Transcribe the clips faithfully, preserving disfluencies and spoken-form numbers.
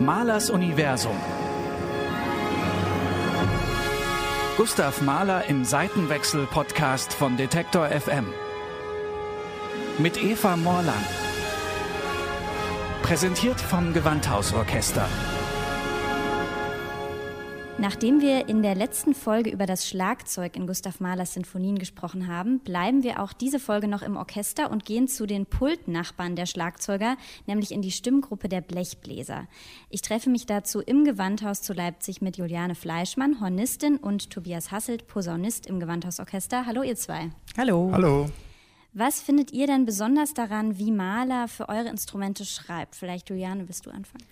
Mahlers Universum. Gustav Mahler im Seitenwechsel-Podcast von Detektor F M. Mit Eva Morland. Präsentiert vom Gewandhausorchester. Nachdem wir in der letzten Folge über das Schlagzeug in Gustav Mahlers Sinfonien gesprochen haben, bleiben wir auch diese Folge noch im Orchester und gehen zu den Pultnachbarn der Schlagzeuger, nämlich in die Stimmgruppe der Blechbläser. Ich treffe mich dazu im Gewandhaus zu Leipzig mit Juliane Fleischmann, Hornistin, und Tobias Hasselt, Posaunist im Gewandhausorchester. Hallo ihr zwei. Hallo. Hallo. Was findet ihr denn besonders daran, wie Mahler für eure Instrumente schreibt? Vielleicht, Juliane, willst du anfangen?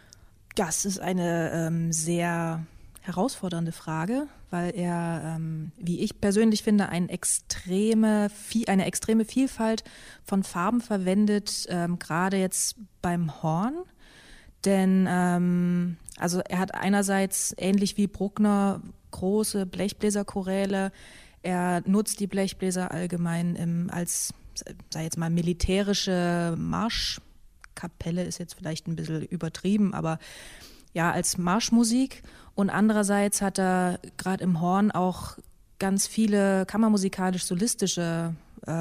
Das ist eine ähm, sehr herausfordernde Frage, weil er, ähm, wie ich persönlich finde, ein extreme, eine extreme Vielfalt von Farben verwendet, ähm, gerade jetzt beim Horn. Denn ähm, also er hat einerseits, ähnlich wie Bruckner, große Blechbläserchoräle. Er nutzt die Blechbläser allgemein im, als, sei jetzt mal, militärische Marschkapelle, ist jetzt vielleicht ein bisschen übertrieben, aber ja, als Marschmusik. Und andererseits hat er gerade im Horn auch ganz viele kammermusikalisch-solistische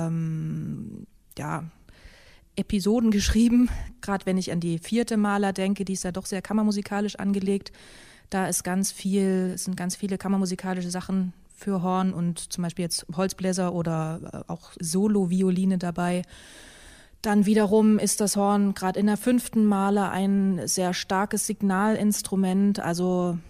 ähm, ja, Episoden geschrieben. Gerade wenn ich an die vierte Mahler denke, die ist ja doch sehr kammermusikalisch angelegt. Da ist ganz viel, sind ganz viele kammermusikalische Sachen für Horn und zum Beispiel jetzt Holzbläser oder auch Solo-Violine dabei. Dann wiederum ist das Horn gerade in der fünften Mahler ein sehr starkes Signalinstrument. Also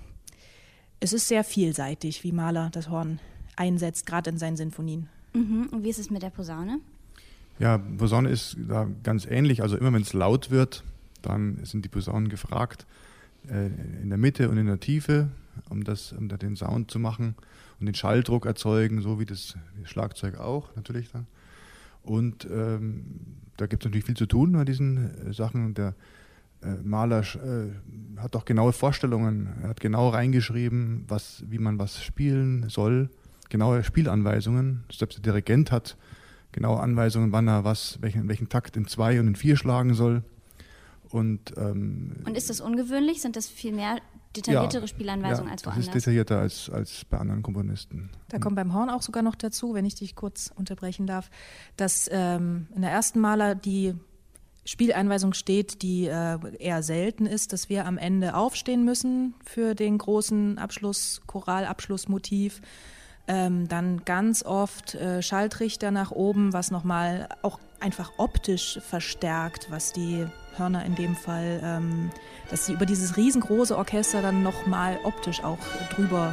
es ist sehr vielseitig, wie Mahler das Horn einsetzt, gerade in seinen Sinfonien. Mhm. Und wie ist es mit der Posaune? Ja, Posaune ist da ganz ähnlich. Also immer wenn es laut wird, dann sind die Posaunen gefragt, äh, in der Mitte und in der Tiefe, um, das, um da den Sound zu machen und den Schalldruck erzeugen, so wie das Schlagzeug auch natürlich dann. Und ähm, da gibt es natürlich viel zu tun bei diesen äh, Sachen. Der äh, Mahler äh, hat auch genaue Vorstellungen. Er hat genau reingeschrieben, was, wie man was spielen soll. Genaue Spielanweisungen. Selbst der Dirigent hat genaue Anweisungen, wann er was, welchen, welchen Takt in zwei und in vier schlagen soll. Und, ähm, und ist das ungewöhnlich? Sind das viel mehr detailliertere ja, Spielanweisungen ja, als woanders? Das ist detaillierter als, als bei anderen Komponisten. Da kommt beim Horn auch sogar noch dazu, wenn ich dich kurz unterbrechen darf, dass ähm, in der ersten Mahler die Spieleinweisung steht, die äh, eher selten ist, dass wir am Ende aufstehen müssen für den großen Abschluss, Choralabschlussmotiv. Ähm, dann ganz oft äh, Schalltrichter nach oben, was nochmal auch einfach optisch verstärkt, was die Hörner in dem Fall, ähm, dass sie über dieses riesengroße Orchester dann nochmal optisch auch drüber.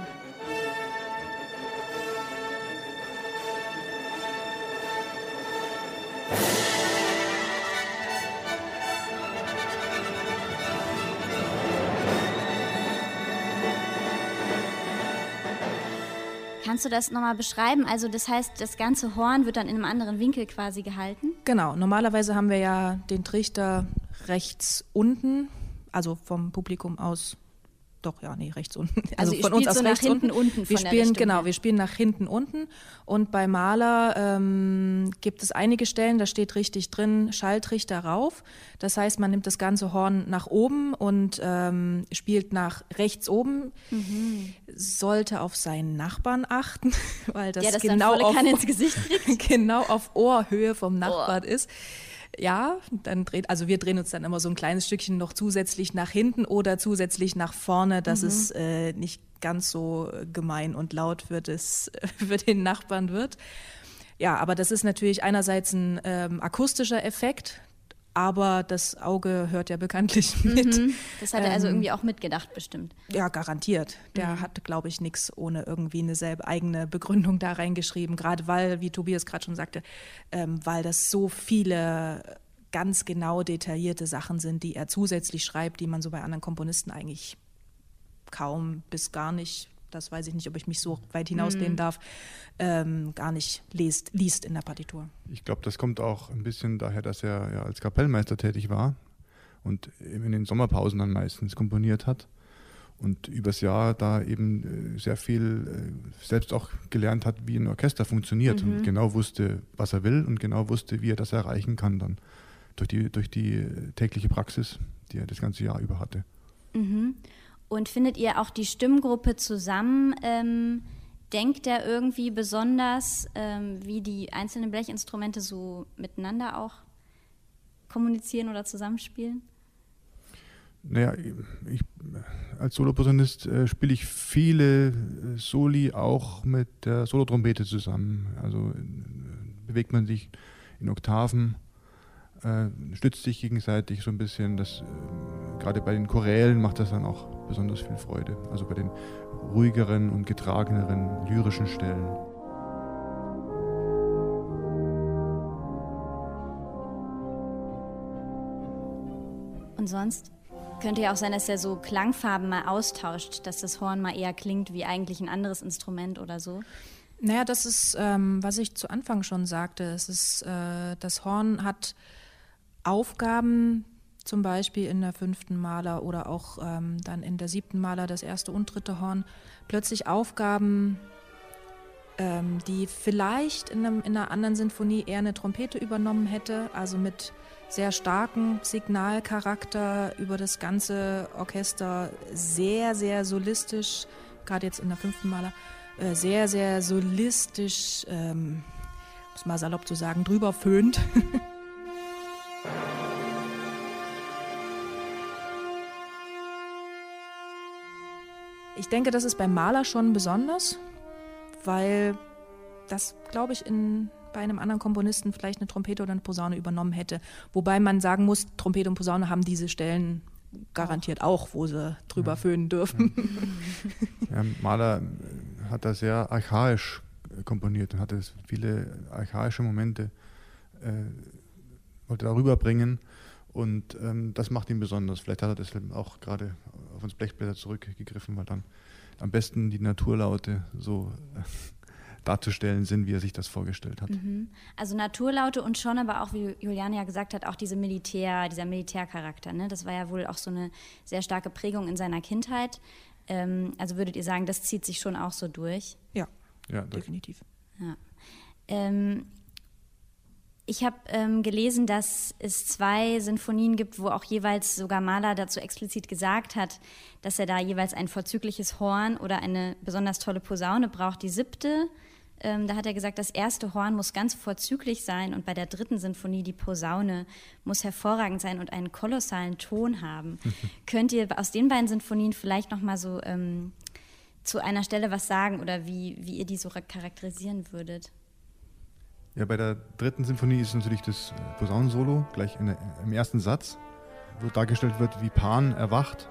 Kannst du das nochmal beschreiben? Also das heißt, das ganze Horn wird dann in einem anderen Winkel quasi gehalten? Genau, normalerweise haben wir ja den Trichter rechts unten, also vom Publikum aus, doch, ja, nee, rechts unten. Also, also von uns aus so rechts nach hinten unten. unten wir von spielen, der genau, wir spielen nach hinten unten. Und bei Mahler ähm, gibt es einige Stellen, da steht richtig drin, Schalltrichter rauf. Das heißt, man nimmt das ganze Horn nach oben und ähm, spielt nach rechts oben. Mhm. Sollte auf seinen Nachbarn achten, weil das, ja, das genau, dann volle auf, Kanne ins Gesicht kriegt. genau auf Ohrhöhe vom Nachbarn oh. ist. Ja, dann dreht, also wir drehen uns dann immer so ein kleines Stückchen noch zusätzlich nach hinten oder zusätzlich nach vorne, dass mhm. es äh, nicht ganz so gemein und laut für, das, für den Nachbarn wird. Ja, aber das ist natürlich einerseits ein ähm, akustischer Effekt, aber das Auge hört ja bekanntlich mit. Mhm. Das hat er ähm, also irgendwie auch mitgedacht bestimmt. Ja, garantiert. Der mhm. hat, glaube ich, nichts ohne irgendwie eine selbe eigene Begründung da reingeschrieben. Gerade weil, wie Tobias gerade schon sagte, ähm, weil das so viele ganz genau detaillierte Sachen sind, die er zusätzlich schreibt, die man so bei anderen Komponisten eigentlich kaum bis gar nicht, das weiß ich nicht, ob ich mich so weit hinauslehnen mhm. darf, ähm, gar nicht liest, liest in der Partitur. Ich glaube, das kommt auch ein bisschen daher, dass er ja als Kapellmeister tätig war und in den Sommerpausen dann meistens komponiert hat und übers Jahr da eben sehr viel selbst auch gelernt hat, wie ein Orchester funktioniert mhm. und genau wusste, was er will und genau wusste, wie er das erreichen kann dann. durch die, durch die tägliche Praxis, die er das ganze Jahr über hatte. Mhm. Und findet ihr auch die Stimmgruppe zusammen, ähm, denkt er irgendwie besonders, ähm, wie die einzelnen Blechinstrumente so miteinander auch kommunizieren oder zusammenspielen? Naja, ich, als Soloposaunist äh, spiele ich viele äh, Soli auch mit der Solotrompete zusammen. Also äh, bewegt man sich in Oktaven, äh, stützt sich gegenseitig so ein bisschen. Das, äh, gerade bei den Chorälen macht das dann auch besonders viel Freude. Also bei den ruhigeren und getrageneren lyrischen Stellen. Und sonst? Könnte ja auch sein, dass er so Klangfarben mal austauscht, dass das Horn mal eher klingt wie eigentlich ein anderes Instrument oder so. Naja, das ist, ähm, was ich zu Anfang schon sagte. Es ist, äh, das Horn hat Aufgaben, zum Beispiel in der fünften Maler oder auch ähm, dann in der siebten Maler, das erste und dritte Horn, plötzlich Aufgaben, ähm, die vielleicht in, einem, in einer anderen Sinfonie eher eine Trompete übernommen hätte, also mit sehr starken Signalcharakter über das ganze Orchester, sehr, sehr solistisch, gerade jetzt in der fünften Maler, äh, sehr, sehr solistisch, ähm, muss mal salopp zu sagen, drüber föhnt. Ich denke, das ist beim Maler schon besonders, weil das, glaube ich, in, bei einem anderen Komponisten vielleicht eine Trompete oder eine Posaune übernommen hätte. Wobei man sagen muss, Trompete und Posaune haben diese Stellen garantiert auch, wo sie drüber ja. föhnen dürfen. Ja, Mahler hat da sehr archaisch komponiert und hatte viele archaische Momente, äh, wollte darüber bringen. Und ähm, das macht ihn besonders. Vielleicht hat er deshalb auch gerade auf uns Blechblätter zurückgegriffen, weil dann am besten die Naturlaute so äh, darzustellen sind, wie er sich das vorgestellt hat. Mhm. Also Naturlaute und schon aber auch, wie Juliane ja gesagt hat, auch diese Militär, dieser Militärcharakter. Ne? Das war ja wohl auch so eine sehr starke Prägung in seiner Kindheit. Ähm, also würdet ihr sagen, das zieht sich schon auch so durch? Ja, ja definitiv. Ja. Ähm, Ich habe ähm, gelesen, dass es zwei Sinfonien gibt, wo auch jeweils sogar Mahler dazu explizit gesagt hat, dass er da jeweils ein vorzügliches Horn oder eine besonders tolle Posaune braucht. Die siebte, ähm, da hat er gesagt, das erste Horn muss ganz vorzüglich sein und bei der dritten Sinfonie die Posaune muss hervorragend sein und einen kolossalen Ton haben. Könnt ihr aus den beiden Sinfonien vielleicht noch mal so ähm, zu einer Stelle was sagen oder wie, wie ihr die so charakterisieren würdet? Ja, bei der dritten Sinfonie ist natürlich das Posaunensolo gleich in der, im ersten Satz, wo dargestellt wird, wie Pan erwacht.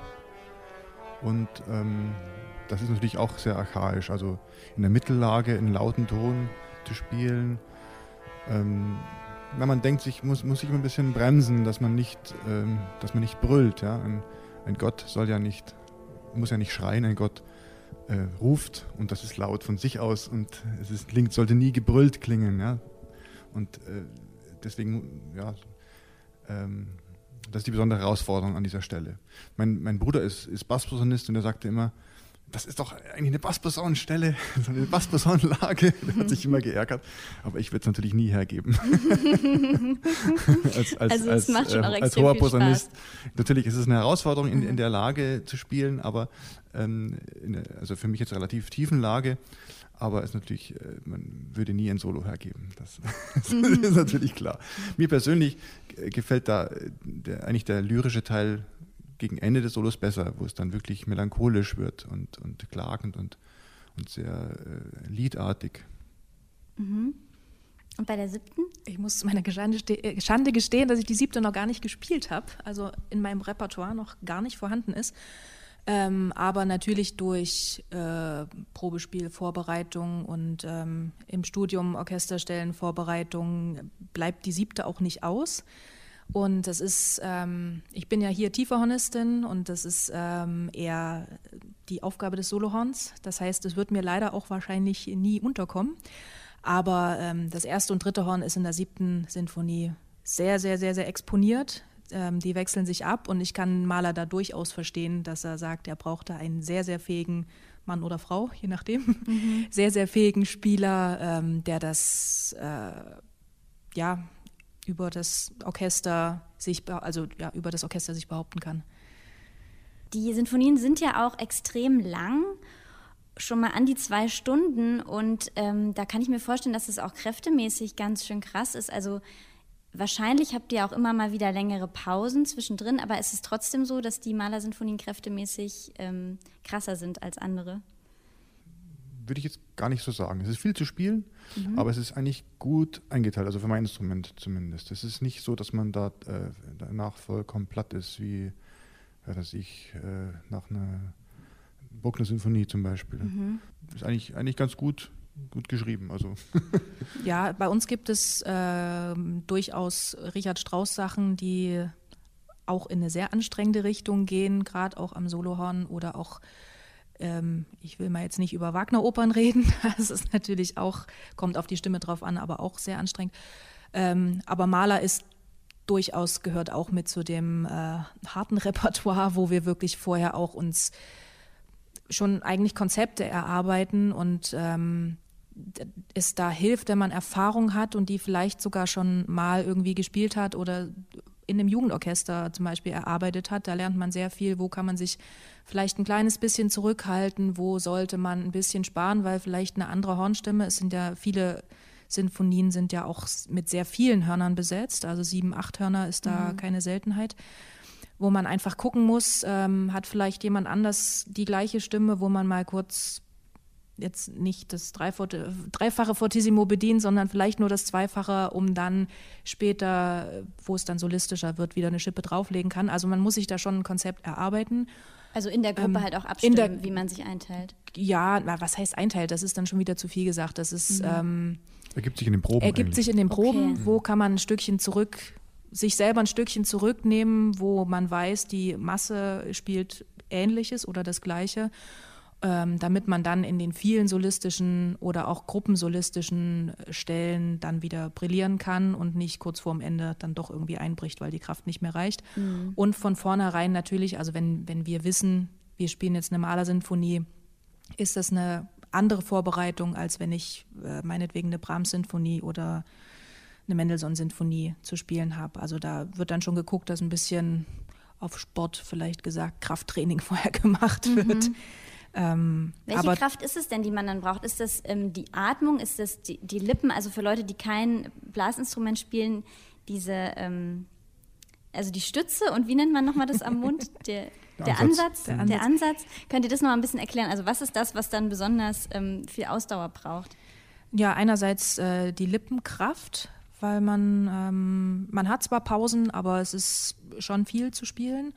Und ähm, das ist natürlich auch sehr archaisch, also in der Mittellage in lauten Ton zu spielen. Ähm, na, man denkt sich, muss, muss sich immer ein bisschen bremsen, dass man nicht, ähm, dass man nicht brüllt. Ja? Ein, ein Gott soll ja nicht, muss ja nicht schreien, ein Gott äh, ruft und das ist laut von sich aus und es ist, klingt, sollte nie gebrüllt klingen. Ja? Und äh, deswegen, ja, ähm, das ist die besondere Herausforderung an dieser Stelle. Mein, mein Bruder ist, ist Bassposaunist und er sagte immer, das ist doch eigentlich eine Bassposaunenstelle, so eine Bassposaunenlage. Der hat sich immer geärgert, aber ich würde es natürlich nie hergeben. als, als, also es macht schon äh, auch als extrem hoher viel Posaunist. Spaß. Natürlich ist es eine Herausforderung, in, in der Lage zu spielen, aber ähm, in der, also für mich jetzt relativ tiefen Lage. Aber es ist natürlich, man würde nie ein Solo hergeben. Das, das mhm. ist natürlich klar. Mir persönlich gefällt da der, eigentlich der lyrische Teil gegen Ende des Solos besser, wo es dann wirklich melancholisch wird und, und klagend und, und sehr äh, liedartig. Mhm. Und bei der siebten? Ich muss zu meiner Schande gestehen, dass ich die siebte noch gar nicht gespielt habe, also in meinem Repertoire noch gar nicht vorhanden ist. Ähm, aber natürlich durch äh, Probespiel, Vorbereitung und ähm, im Studium Orchesterstellen, Vorbereitung bleibt die siebte auch nicht aus. Und das ist, ähm, ich bin ja hier Tieferhornistin und das ist ähm, eher die Aufgabe des Solohorns. Das heißt, es wird mir leider auch wahrscheinlich nie unterkommen. Aber ähm, das erste und dritte Horn ist in der siebten Sinfonie sehr, sehr, sehr, sehr exponiert. Ähm, die wechseln sich ab und ich kann Mahler da durchaus verstehen, dass er sagt, er brauchte einen sehr, sehr fähigen Mann oder Frau, je nachdem, mhm. sehr, sehr fähigen Spieler, ähm, der das, äh, ja, über das Orchester sich, also ja, über das Orchester sich behaupten kann. Die Sinfonien sind ja auch extrem lang, schon mal an die zwei Stunden und ähm, da kann ich mir vorstellen, dass es auch kräftemäßig ganz schön krass ist. Also wahrscheinlich habt ihr auch immer mal wieder längere Pausen zwischendrin, aber es ist trotzdem so, dass die Mahler-Sinfonien kräftemäßig ähm, krasser sind als andere. Würde ich jetzt gar nicht so sagen. Es ist viel zu spielen, Mhm. aber es ist eigentlich gut eingeteilt, also für mein Instrument zumindest. Es ist nicht so, dass man da äh, danach vollkommen platt ist, wie ja, dass ich äh, nach einer Bruckner-Sinfonie zum Beispiel. Mhm. Ist eigentlich, eigentlich ganz gut, gut geschrieben. Also. Ja, bei uns gibt es äh, durchaus Richard Strauss-Sachen, die auch in eine sehr anstrengende Richtung gehen, gerade auch am Solohorn oder auch, ähm, ich will mal jetzt nicht über Wagner-Opern reden, das ist natürlich auch, kommt auf die Stimme drauf an, aber auch sehr anstrengend. Ähm, aber Mahler ist durchaus, gehört auch mit zu dem äh, harten Repertoire, wo wir wirklich vorher auch uns schon eigentlich Konzepte erarbeiten und ähm, es da hilft, wenn man Erfahrung hat und die vielleicht sogar schon mal irgendwie gespielt hat oder in einem Jugendorchester zum Beispiel erarbeitet hat. Da lernt man sehr viel, wo kann man sich vielleicht ein kleines bisschen zurückhalten, wo sollte man ein bisschen sparen, weil vielleicht eine andere Hornstimme, es sind ja viele Sinfonien sind ja auch mit sehr vielen Hörnern besetzt, also sieben, acht Hörner ist da mhm. keine Seltenheit, wo man einfach gucken muss, ähm, hat vielleicht jemand anders die gleiche Stimme, wo man mal kurz jetzt nicht das Dreifort- dreifache Fortissimo bedient, sondern vielleicht nur das Zweifache, um dann später, wo es dann solistischer wird, wieder eine Schippe drauflegen kann. Also man muss sich da schon ein Konzept erarbeiten. Also in der Gruppe ähm, halt auch abstimmen, der, wie man sich einteilt. Ja, na, was heißt einteilt? Das ist dann schon wieder zu viel gesagt. Das ist... Mhm. Ähm, Ergibt sich in den Proben Ergibt eigentlich. sich in den Proben, Okay. wo kann man ein Stückchen zurück, sich selber ein Stückchen zurücknehmen, wo man weiß, die Masse spielt Ähnliches oder das Gleiche, ähm, damit man dann in den vielen solistischen oder auch gruppensolistischen Stellen dann wieder brillieren kann und nicht kurz vorm Ende dann doch irgendwie einbricht, weil die Kraft nicht mehr reicht. Mhm. Und von vornherein natürlich, also wenn, wenn wir wissen, wir spielen jetzt eine Mahler-Sinfonie, ist das eine andere Vorbereitung, als wenn ich äh, meinetwegen eine Brahms-Sinfonie oder eine Mendelssohn-Sinfonie zu spielen habe. Also da wird dann schon geguckt, dass ein bisschen auf Sport vielleicht gesagt Krafttraining vorher gemacht wird. Mhm. Ähm, Welche aber Kraft ist es denn, die man dann braucht? Ist das ähm, die Atmung? Ist das die, die Lippen? Also für Leute, die kein Blasinstrument spielen, diese, ähm, also die Stütze und wie nennt man nochmal das am Mund? Der, der, Ansatz. Ansatz. Der Der Ansatz. Ansatz. Könnt ihr das noch mal ein bisschen erklären? Also was ist das, was dann besonders ähm, viel Ausdauer braucht? ja, einerseits äh, die Lippenkraft, weil man, ähm, man hat zwar Pausen, aber es ist schon viel zu spielen.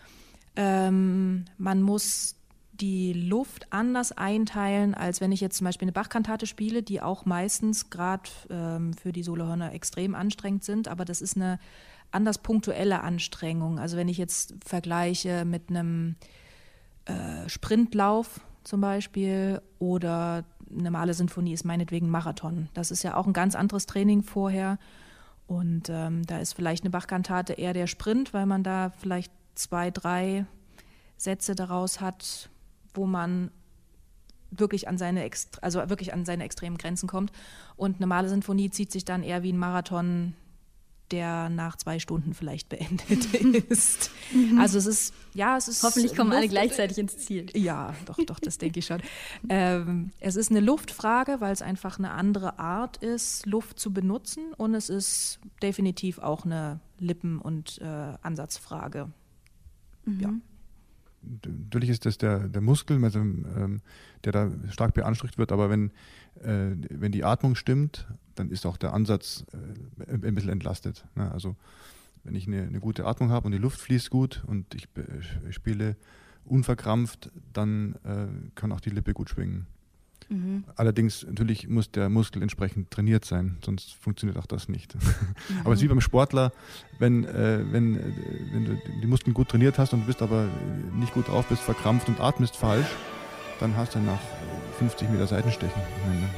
Ähm, man muss die Luft anders einteilen, als wenn ich jetzt zum Beispiel eine Bach-Kantate spiele, die auch meistens gerade ähm, für die Solohörner extrem anstrengend sind, aber das ist eine anders punktuelle Anstrengung. Also wenn ich jetzt vergleiche mit einem äh, Sprintlauf zum Beispiel oder eine Mahler-Sinfonie ist meinetwegen Marathon. Das ist ja auch ein ganz anderes Training vorher und ähm, da ist vielleicht eine Bach-Kantate eher der Sprint, weil man da vielleicht zwei, drei Sätze daraus hat, wo man wirklich an seine, Ext- also wirklich an seine extremen Grenzen kommt. Und eine Mahler-Sinfonie zieht sich dann eher wie ein Marathon, der nach zwei Stunden vielleicht beendet ist. Also es ist, ja, es ist... Hoffentlich kommen alle Luft- gleichzeitig ins Ziel. Ja, doch, doch, das denke ich schon. Ähm, es ist eine Luftfrage, weil es einfach eine andere Art ist, Luft zu benutzen. Und es ist definitiv auch eine Lippen- und äh, Ansatzfrage. Mhm. Ja. Natürlich ist das der, der Muskel, also, ähm, der da stark beansprucht wird, aber wenn, äh, wenn die Atmung stimmt, dann ist auch der Ansatz äh, ein bisschen entlastet. Ne? Also wenn ich eine, eine gute Atmung habe und die Luft fließt gut und ich be- spiele unverkrampft, dann äh, kann auch die Lippe gut schwingen. Mhm. Allerdings, natürlich muss der Muskel entsprechend trainiert sein, sonst funktioniert auch das nicht. Aber es ist wie beim Sportler, wenn, äh, wenn, äh, wenn du die Muskeln gut trainiert hast und du bist aber nicht gut drauf, bist verkrampft und atmest falsch, dann hast du nach fünfzig Meter Seitenstechen. Ich meine,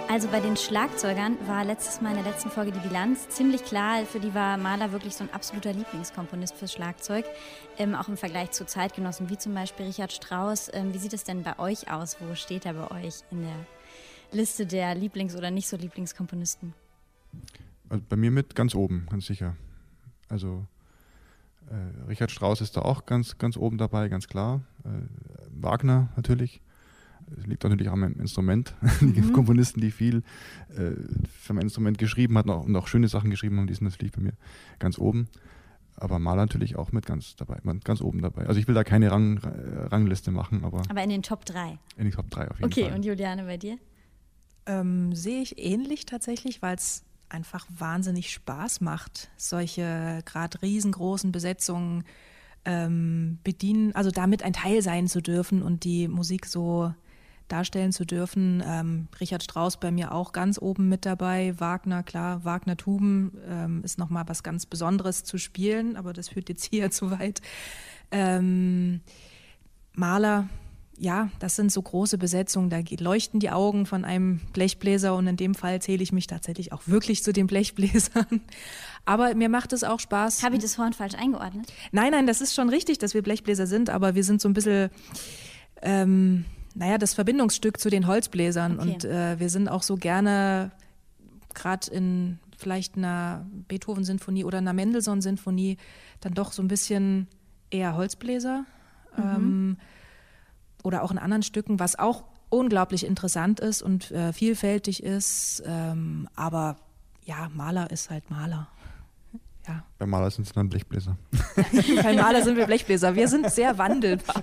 Also bei den Schlagzeugern war letztes Mal in der letzten Folge die Bilanz ziemlich klar. Für die war Mahler wirklich so ein absoluter Lieblingskomponist fürs Schlagzeug, ähm, auch im Vergleich zu Zeitgenossen wie zum Beispiel Richard Strauss. Ähm, wie sieht es denn bei euch aus? Wo steht er bei euch in der Liste der Lieblings- oder nicht so Lieblingskomponisten? Also bei mir mit ganz oben, ganz sicher. Also äh, Richard Strauss ist da auch ganz, ganz oben dabei, ganz klar. Äh, Wagner natürlich. Es liegt natürlich auch am Instrument. Mhm. Die Komponisten, die viel äh, für mein Instrument geschrieben hatten und auch schöne Sachen geschrieben haben, die sind natürlich bei mir ganz oben. Aber Mahler natürlich auch mit ganz dabei, ganz oben dabei. Also ich will da keine Rang, Rangliste machen, aber... Aber in den Top drei? In den Top drei auf jeden okay, Fall. Okay, und Juliane, bei dir? Ähm, sehe ich ähnlich tatsächlich, weil es einfach wahnsinnig Spaß macht, solche gerade riesengroßen Besetzungen ähm, bedienen, also damit ein Teil sein zu dürfen und die Musik so darstellen zu dürfen. Ähm, Richard Strauss bei mir auch ganz oben mit dabei. Wagner, klar, Wagner-Tuben ähm, ist nochmal was ganz Besonderes zu spielen, aber das führt jetzt hier zu weit. Ähm, Mahler, ja, das sind so große Besetzungen, da leuchten die Augen von einem Blechbläser und in dem Fall zähle ich mich tatsächlich auch wirklich zu den Blechbläsern. Aber mir macht es auch Spaß. Habe ich das Horn falsch eingeordnet? Nein, nein, das ist schon richtig, dass wir Blechbläser sind, aber wir sind so ein bisschen... Ähm, naja, das Verbindungsstück zu den Holzbläsern. Okay. Und äh, wir sind auch so gerne, gerade in vielleicht einer Beethoven-Sinfonie oder einer Mendelssohn-Sinfonie, dann doch so ein bisschen eher Holzbläser. Mhm. Ähm, oder auch in anderen Stücken, was auch unglaublich interessant ist und äh, vielfältig ist. Ähm, aber ja, Mahler ist halt Mahler. Ja. Bei Mahler sind es dann Blechbläser. Bei Mahler sind wir Blechbläser. Wir sind sehr wandelbar.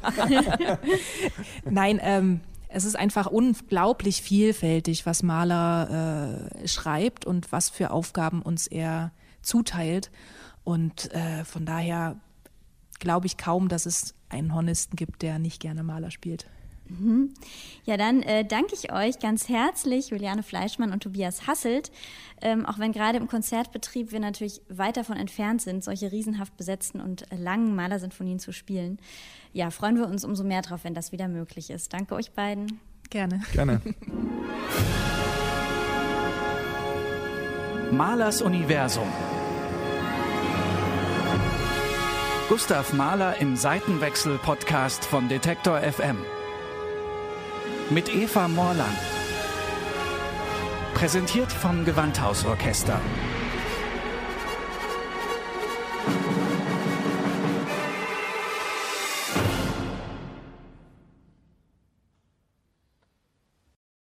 Nein, ähm, es ist einfach unglaublich vielfältig, was Mahler äh, schreibt und was für Aufgaben uns er zuteilt. Und äh, von daher glaube ich kaum, dass es einen Hornisten gibt, der nicht gerne Mahler spielt. Mhm. Ja, dann äh, danke ich euch ganz herzlich, Juliane Fleischmann und Tobias Hasselt. Ähm, auch wenn gerade im Konzertbetrieb wir natürlich weit davon entfernt sind, solche riesenhaft besetzten und äh, langen Mahler-Sinfonien zu spielen, ja, freuen wir uns umso mehr drauf, wenn das wieder möglich ist. Danke euch beiden. Gerne. Gerne. Mahlers Universum. Gustav Mahler im Seitenwechsel-Podcast von Detektor F M. Mit Eva Morland. Präsentiert vom Gewandhausorchester.